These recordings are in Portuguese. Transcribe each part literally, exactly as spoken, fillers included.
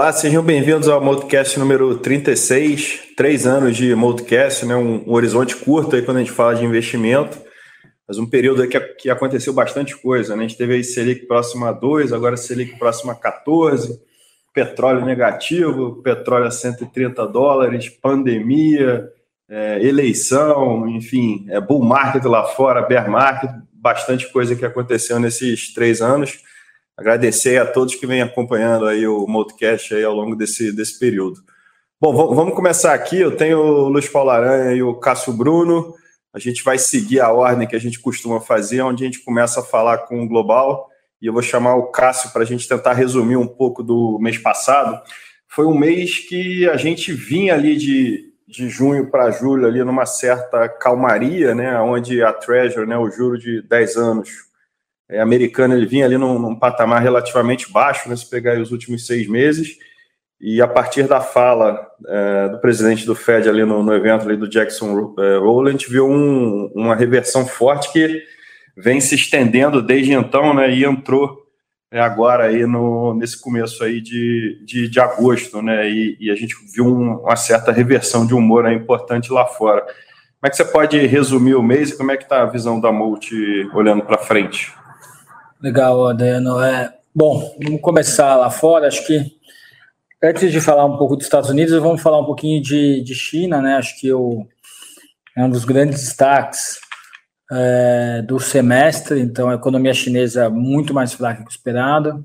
Olá, sejam bem-vindos ao Multicast número trinta e seis, três anos de Multicast, né? um, um horizonte curto aí quando a gente fala de investimento, mas um período aí que, que aconteceu bastante coisa, né? A gente teve aí Selic próximo a dois, agora Selic próximo a quatorze, petróleo negativo, petróleo a cento e trinta dólares, pandemia, é, eleição, enfim, é bull market lá fora, bear market, bastante coisa que aconteceu nesses três anos. Agradecer a todos que vêm acompanhando aí o Multicast aí ao longo desse, desse período. Bom, vamos começar aqui. Eu tenho o Luiz Paulo Aranha e o Cássio Bruno. A gente vai seguir a ordem que a gente costuma fazer, onde a gente começa a falar com o Global. E eu vou chamar o Cássio para a gente tentar resumir um pouco do mês passado. Foi um mês que a gente vinha ali de, de junho para julho, ali numa certa calmaria, né? Onde a Treasury, né, o juro de dez anos, É, americano, ele vinha ali num, num patamar relativamente baixo, né, se pegar aí os últimos seis meses, e a partir da fala é, do presidente do Fed ali no, no evento ali do Jackson é, Hole, a gente viu um, uma reversão forte que vem se estendendo desde então, né, e entrou é, agora aí no, nesse começo aí de, de, de agosto, né, e, e a gente viu um, uma certa reversão de humor, né, importante lá fora. Como é que você pode resumir o mês e como é que está a visão da Multi olhando para frente? Legal, Adriano. É, bom, vamos começar lá fora. Acho que antes de falar um pouco dos Estados Unidos, vamos falar um pouquinho de, de China, né? Acho que o, é um dos grandes destaques é, do semestre. Então, a economia chinesa muito mais fraca que o esperado,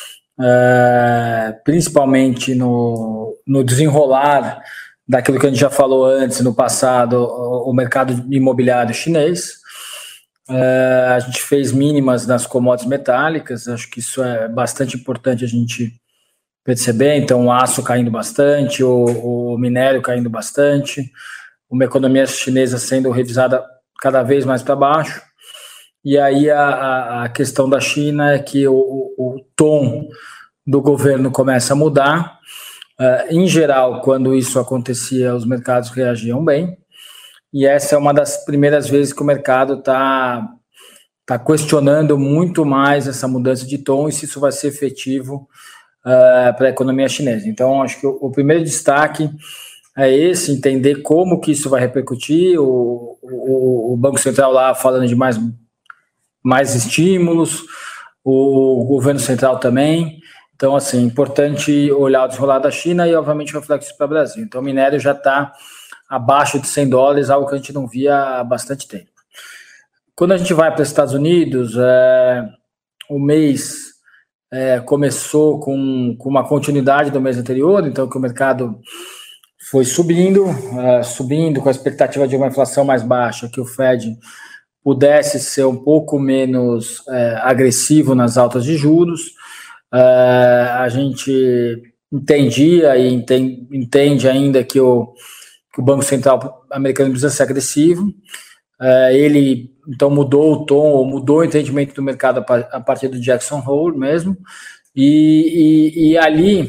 é, principalmente no, no desenrolar daquilo que a gente já falou antes, no passado, o, o mercado imobiliário chinês. Uh, a gente fez mínimas nas commodities metálicas, acho que isso é bastante importante a gente perceber. Então, o aço caindo bastante, o, o minério caindo bastante, uma economia chinesa sendo revisada cada vez mais para baixo. E aí a, a questão da China é que o, o, o tom do governo começa a mudar. Uh, em geral, quando isso acontecia, os mercados reagiam bem. E essa é uma das primeiras vezes que o mercado está tá questionando muito mais essa mudança de tom e se isso vai ser efetivo uh, para a economia chinesa. Então, acho que o, o primeiro destaque é esse, entender como que isso vai repercutir, o, o, o Banco Central lá falando de mais, mais estímulos, o governo central também. Então, assim, importante olhar o desenrolar da China e, obviamente, o reflexo para o Brasil. Então, o minério já está abaixo de cem dólares, algo que a gente não via há bastante tempo. Quando a gente vai para os Estados Unidos, é, o mês é, começou com, com uma continuidade do mês anterior, então que o mercado foi subindo, é, subindo com a expectativa de uma inflação mais baixa, que o Fed pudesse ser um pouco menos é, agressivo nas altas de juros. É, a gente entendia e entende, entende ainda que o que o Banco Central americano precisa ser agressivo. Uh, ele, então, mudou o tom, ou mudou o entendimento do mercado a partir do Jackson Hole mesmo, e, e, e ali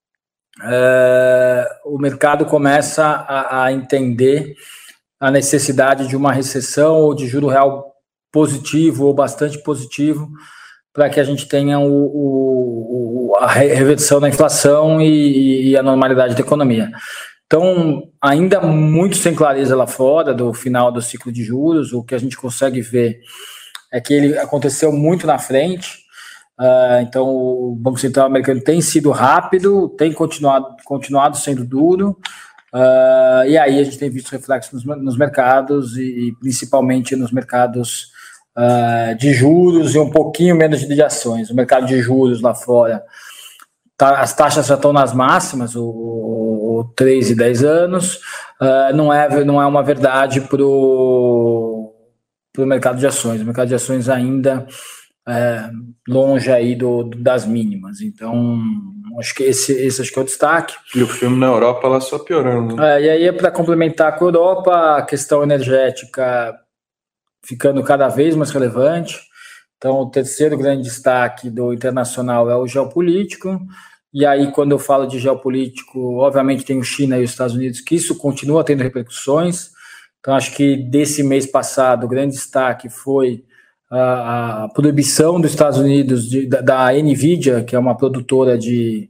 uh, o mercado começa a, a entender a necessidade de uma recessão ou de juro real positivo ou bastante positivo para que a gente tenha o, o, a reversão da inflação e, e a normalidade da economia. Então, ainda muito sem clareza lá fora do final do ciclo de juros, o que a gente consegue ver é que ele aconteceu muito na frente. Uh, então, o Banco Central americano tem sido rápido, tem continuado, continuado sendo duro, uh, e aí a gente tem visto reflexos nos, nos mercados, e, e principalmente nos mercados uh, de juros e um pouquinho menos de ações. O mercado de juros lá fora, tá, as taxas já estão nas máximas, o, o três e dez anos, uh, não, é, não é uma verdade para o mercado de ações. O mercado de ações ainda é longe aí do, das mínimas. Então, acho que esse, esse acho que é o destaque. E o filme na Europa lá só piorando. Né? É, e aí, para complementar com a Europa, a questão energética ficando cada vez mais relevante. Então, o terceiro grande destaque do internacional é o geopolítico. E aí, quando eu falo de geopolítico, obviamente tem o China e os Estados Unidos, que isso continua tendo repercussões. Então, acho que desse mês passado, o grande destaque foi a, a proibição dos Estados Unidos de, da, da NVIDIA, que é uma produtora de,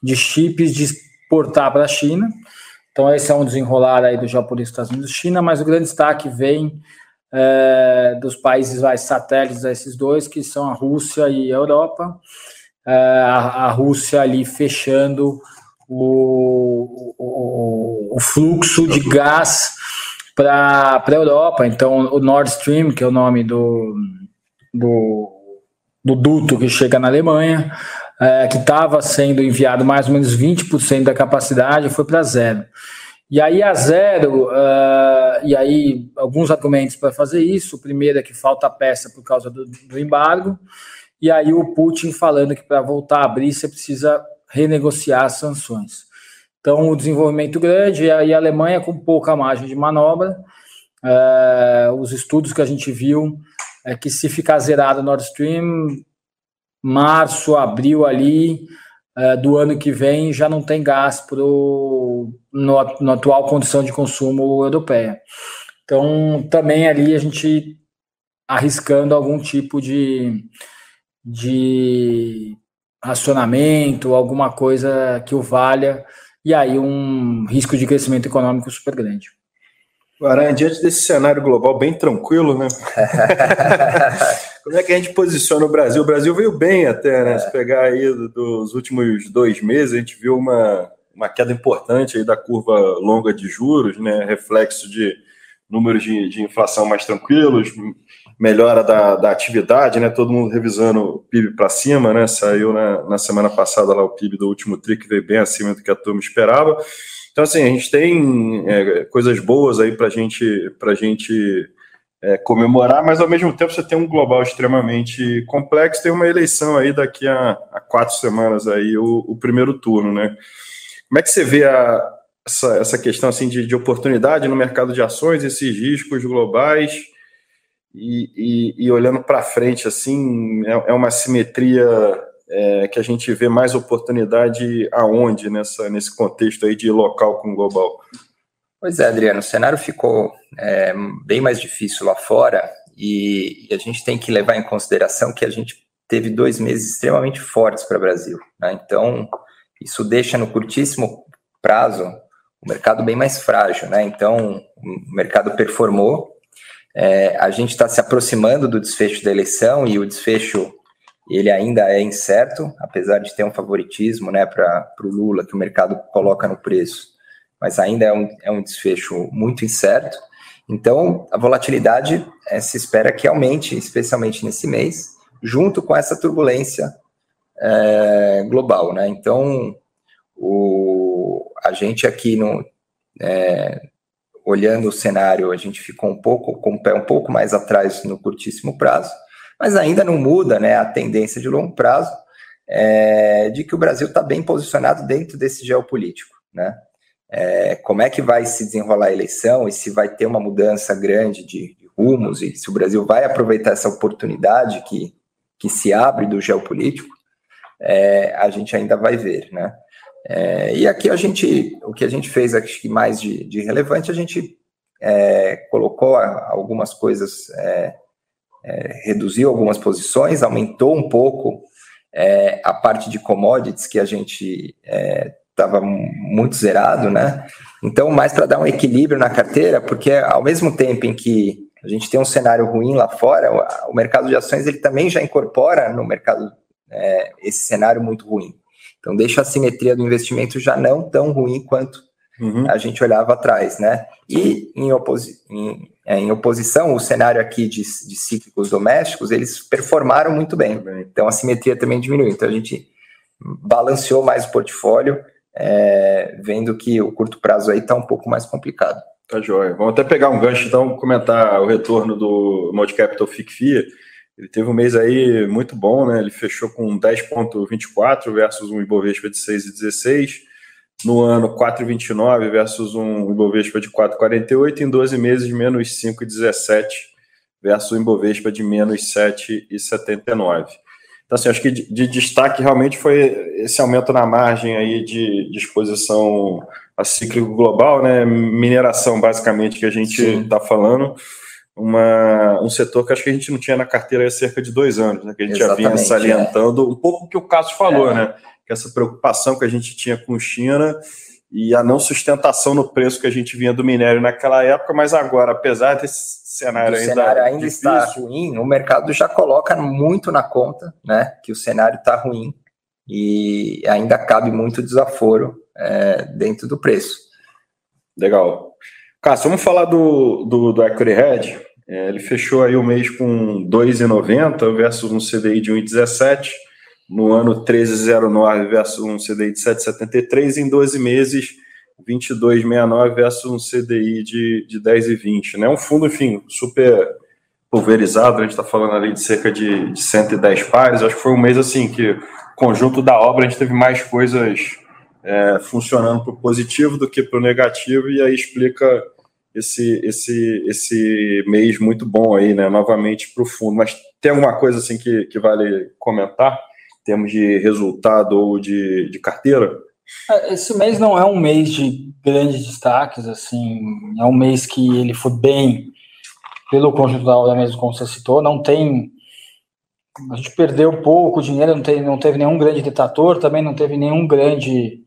de chips de exportar para a China. Então, esse é um desenrolar aí do geopolítico dos Estados Unidos e China, mas o grande destaque vem é, dos países vai, satélites a esses dois, que são a Rússia e a Europa. É, a, a Rússia ali fechando o, o, o fluxo de gás para a Europa. Então, o Nord Stream, que é o nome do, do, do duto que chega na Alemanha, é, que estava sendo enviado mais ou menos vinte por cento da capacidade, foi para zero. E aí a zero, uh, e aí alguns argumentos para fazer isso. O primeiro é que falta peça por causa do, do embargo, e aí o Putin falando que para voltar a abrir você precisa renegociar as sanções. Então o desenvolvimento grande, e aí a Alemanha com pouca margem de manobra. Uh, os estudos que a gente viu é que se ficar zerado o Nord Stream, março, abril ali, uh, do ano que vem, já não tem gás pro, no, no atual condição de consumo europeia. Então, também ali a gente arriscando algum tipo de, de racionamento, alguma coisa que o valha, e aí um risco de crescimento econômico super grande. Aranha, diante desse cenário global bem tranquilo, né? Como é que a gente posiciona o Brasil? O Brasil veio bem até, né? Se pegar aí dos últimos dois meses, a gente viu uma, uma queda importante aí da curva longa de juros, né? Reflexo de números de, de inflação mais tranquilos, melhora da, da atividade, né? Todo mundo revisando o P I B para cima, né? Saiu na, na semana passada lá o P I B do último tri, que veio bem acima do que a turma esperava. Então, assim, a gente tem é, coisas boas aí para gente, a gente é, comemorar, mas ao mesmo tempo você tem um global extremamente complexo, tem uma eleição aí daqui a, a quatro semanas aí, o, o primeiro turno, né? Como é que você vê a, essa, essa questão assim, de, de oportunidade no mercado de ações, esses riscos globais, e, e, e olhando para frente, assim, é, é uma simetria... É, que a gente vê mais oportunidade aonde nessa, nesse contexto aí de local com global? Pois é, Adriano, o cenário ficou é, bem mais difícil lá fora e, e a gente tem que levar em consideração que a gente teve dois meses extremamente fortes para o Brasil, né? Então, isso deixa no curtíssimo prazo o mercado bem mais frágil, né? Então, o mercado performou, é, a gente está se aproximando do desfecho da eleição e o desfecho ele ainda é incerto, apesar de ter um favoritismo, né, para o Lula, que o mercado coloca no preço, mas ainda é um, é um desfecho muito incerto. Então, a volatilidade é, se espera que aumente, especialmente nesse mês, junto com essa turbulência é, global, né? Então, o, a gente aqui, no, é, olhando o cenário, a gente ficou um pouco com o pé um pouco mais atrás no curtíssimo prazo, mas ainda não muda, né, a tendência de longo prazo é, de que o Brasil está bem posicionado dentro desse geopolítico, né? É, como é que vai se desenrolar a eleição e se vai ter uma mudança grande de, de rumos e se o Brasil vai aproveitar essa oportunidade que, que se abre do geopolítico, é, a gente ainda vai ver, né? É, e aqui a gente, o que a gente fez aqui mais de, de relevante, a gente é, colocou algumas coisas... É, É, reduziu algumas posições, aumentou um pouco é, a parte de commodities que a gente estava é, muito zerado, né? Então, mais para dar um equilíbrio na carteira, porque ao mesmo tempo em que a gente tem um cenário ruim lá fora, o, o mercado de ações ele também já incorpora no mercado é, esse cenário muito ruim. Então, deixa a simetria do investimento já não tão ruim quanto uhum. a gente olhava atrás, né? E em, oposi em, em oposição, o cenário aqui de, de cíclicos domésticos, eles performaram muito bem. Então, a simetria também diminuiu. Então, a gente balanceou mais o portfólio, é, vendo que o curto prazo aí está um pouco mais complicado. Tá joia. Vamos até pegar um gancho, então, comentar o retorno do Multicapital F I C F I A. Ele teve um mês aí muito bom, né? Ele fechou com dez vírgula vinte e quatro versus um Ibovespa de seis vírgula dezesseis. No ano, quatro vírgula vinte e nove versus um Ibovespa de quatro vírgula quarenta e oito. Em doze meses, menos cinco vírgula dezessete versus o Ibovespa de menos sete vírgula setenta e nove. Então, assim, acho que de, de destaque realmente foi esse aumento na margem aí de, de exposição a cíclico global, né? Mineração, basicamente, que a gente está falando. Uma, um setor que acho que a gente não tinha na carteira há cerca de dois anos, né? Que a gente Exatamente, já vinha salientando é. um pouco o que o Cássio falou, é. né? que essa preocupação que a gente tinha com China e a não sustentação no preço que a gente vinha do minério naquela época, mas agora, apesar desse cenário o ainda, cenário ainda difícil, está ruim, o mercado já coloca muito na conta, né, que o cenário está ruim e ainda cabe muito desaforo é, dentro do preço. Legal. Cássio, vamos falar do, do, do Equity Hedge. É, ele fechou aí o mês com dois vírgula noventa versus um C D I de um vírgula dezessete, no ano treze vírgula zero nove versus um C D I de sete vírgula setenta e três, em doze meses vinte e dois vírgula sessenta e nove versus um C D I de, de dez vírgula vinte. Né? Um fundo, enfim, super pulverizado, a gente está falando ali de cerca de, de cento e dez pares. Acho que foi um mês assim que o conjunto da obra a gente teve mais coisas é, funcionando para o positivo do que para o negativo, e aí explica esse, esse, esse mês muito bom aí, né, novamente para o fundo. Mas tem alguma coisa assim que, que vale comentar em termos de resultado ou de, de carteira? Esse mês não é um mês de grandes destaques, assim, é um mês que ele foi bem pelo conjunto da obra mesmo, como você citou. Não tem, a gente perdeu pouco dinheiro, não, tem, não teve nenhum grande detrator, também não teve nenhum grande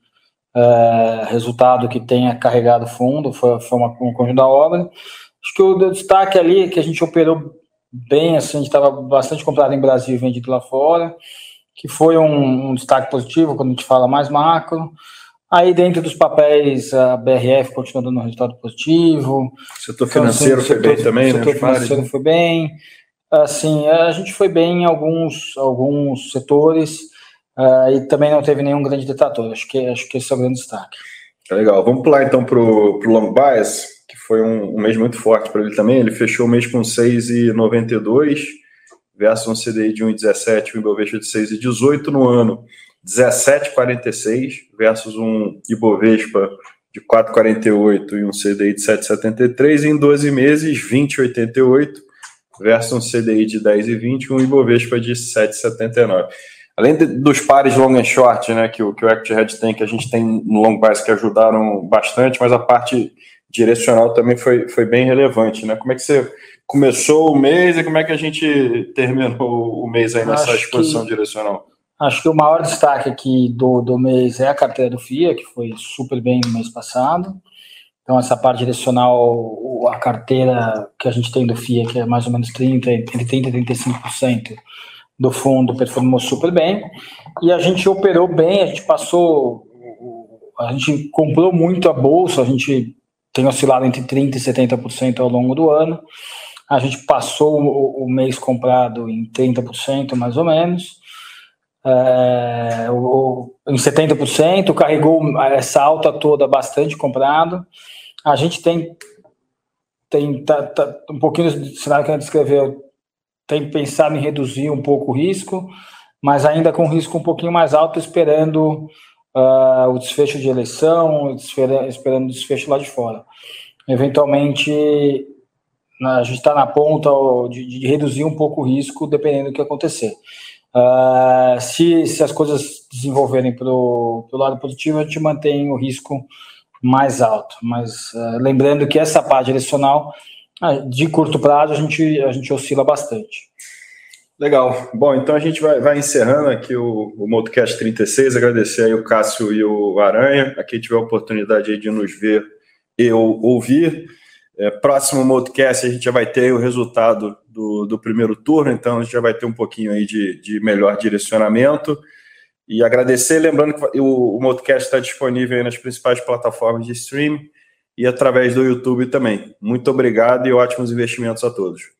é, resultado que tenha carregado fundo, foi, foi uma, um conjunto da obra. Acho que o destaque ali é que a gente operou bem, assim, a gente estava bastante comprado em Brasil e vendido lá fora, que foi um, um destaque positivo quando a gente fala mais macro. Aí dentro dos papéis, a B R F continua dando um resultado positivo. O setor financeiro foi bem também, né? O setor financeiro foi bem. Assim, a gente foi bem em alguns, alguns setores uh, e também não teve nenhum grande detrator. Acho que, acho que esse é o grande destaque. Legal. Vamos pular então para o long bias, que foi um, um mês muito forte para ele também. Ele fechou o mês com seis vírgula noventa e dois versus um C D I de um vírgula dezessete, um Ibovespa de seis vírgula dezoito no ano, dezessete vírgula quarenta e seis versus um Ibovespa de quatro vírgula quarenta e oito e um C D I de sete vírgula setenta e três, e em doze meses, vinte vírgula oitenta e oito versus um C D I de dez vírgula vinte e um Ibovespa de sete vírgula setenta e nove. Além de, dos pares long and short, né, que o, que o Equity Hedge tem, que a gente tem no long bias que ajudaram bastante, mas a parte direcional também foi, foi bem relevante, né? Como é que você começou o mês e como é que a gente terminou o mês aí nessa acho exposição que, direcional? Acho que o maior destaque aqui do, do mês é a carteira do F I A, que foi super bem no mês passado. Então, essa parte direcional, a carteira que a gente tem do F I A, que é mais ou menos trinta, entre trinta e trinta e cinco por cento do fundo, performou super bem. E a gente operou bem, a gente passou, a gente comprou muito a bolsa, a gente tem oscilado entre trinta por cento e setenta por cento ao longo do ano. A gente passou o, o mês comprado em trinta por cento, mais ou menos. É, o, em setenta por cento, carregou essa alta toda bastante comprado. A gente tem, tem tá, tá, um pouquinho do cenário que a gente descreveu, tem pensado em reduzir um pouco o risco, mas ainda com risco um pouquinho mais alto, esperando uh, o desfecho de eleição, esperando o desfecho lá de fora. Eventualmente, a gente está na ponta de, de reduzir um pouco o risco, dependendo do que acontecer. Uh, se, se as coisas desenvolverem para o lado positivo, a gente mantém o risco mais alto. Mas uh, lembrando que essa parte direcional, uh, de curto prazo, a gente, a gente oscila bastante. Legal. Bom, então a gente vai, vai encerrando aqui o, o Multicast trinta e seis. Agradecer aí o Cássio e o Aranha. A quem tiver a oportunidade aí de nos ver e ou, ouvir. É, próximo Multicast a gente já vai ter o resultado do, do primeiro turno, então a gente já vai ter um pouquinho aí de, de melhor direcionamento. E agradecer, lembrando que o, o Multicast está disponível aí nas principais plataformas de streaming e através do YouTube também. Muito obrigado e ótimos investimentos a todos.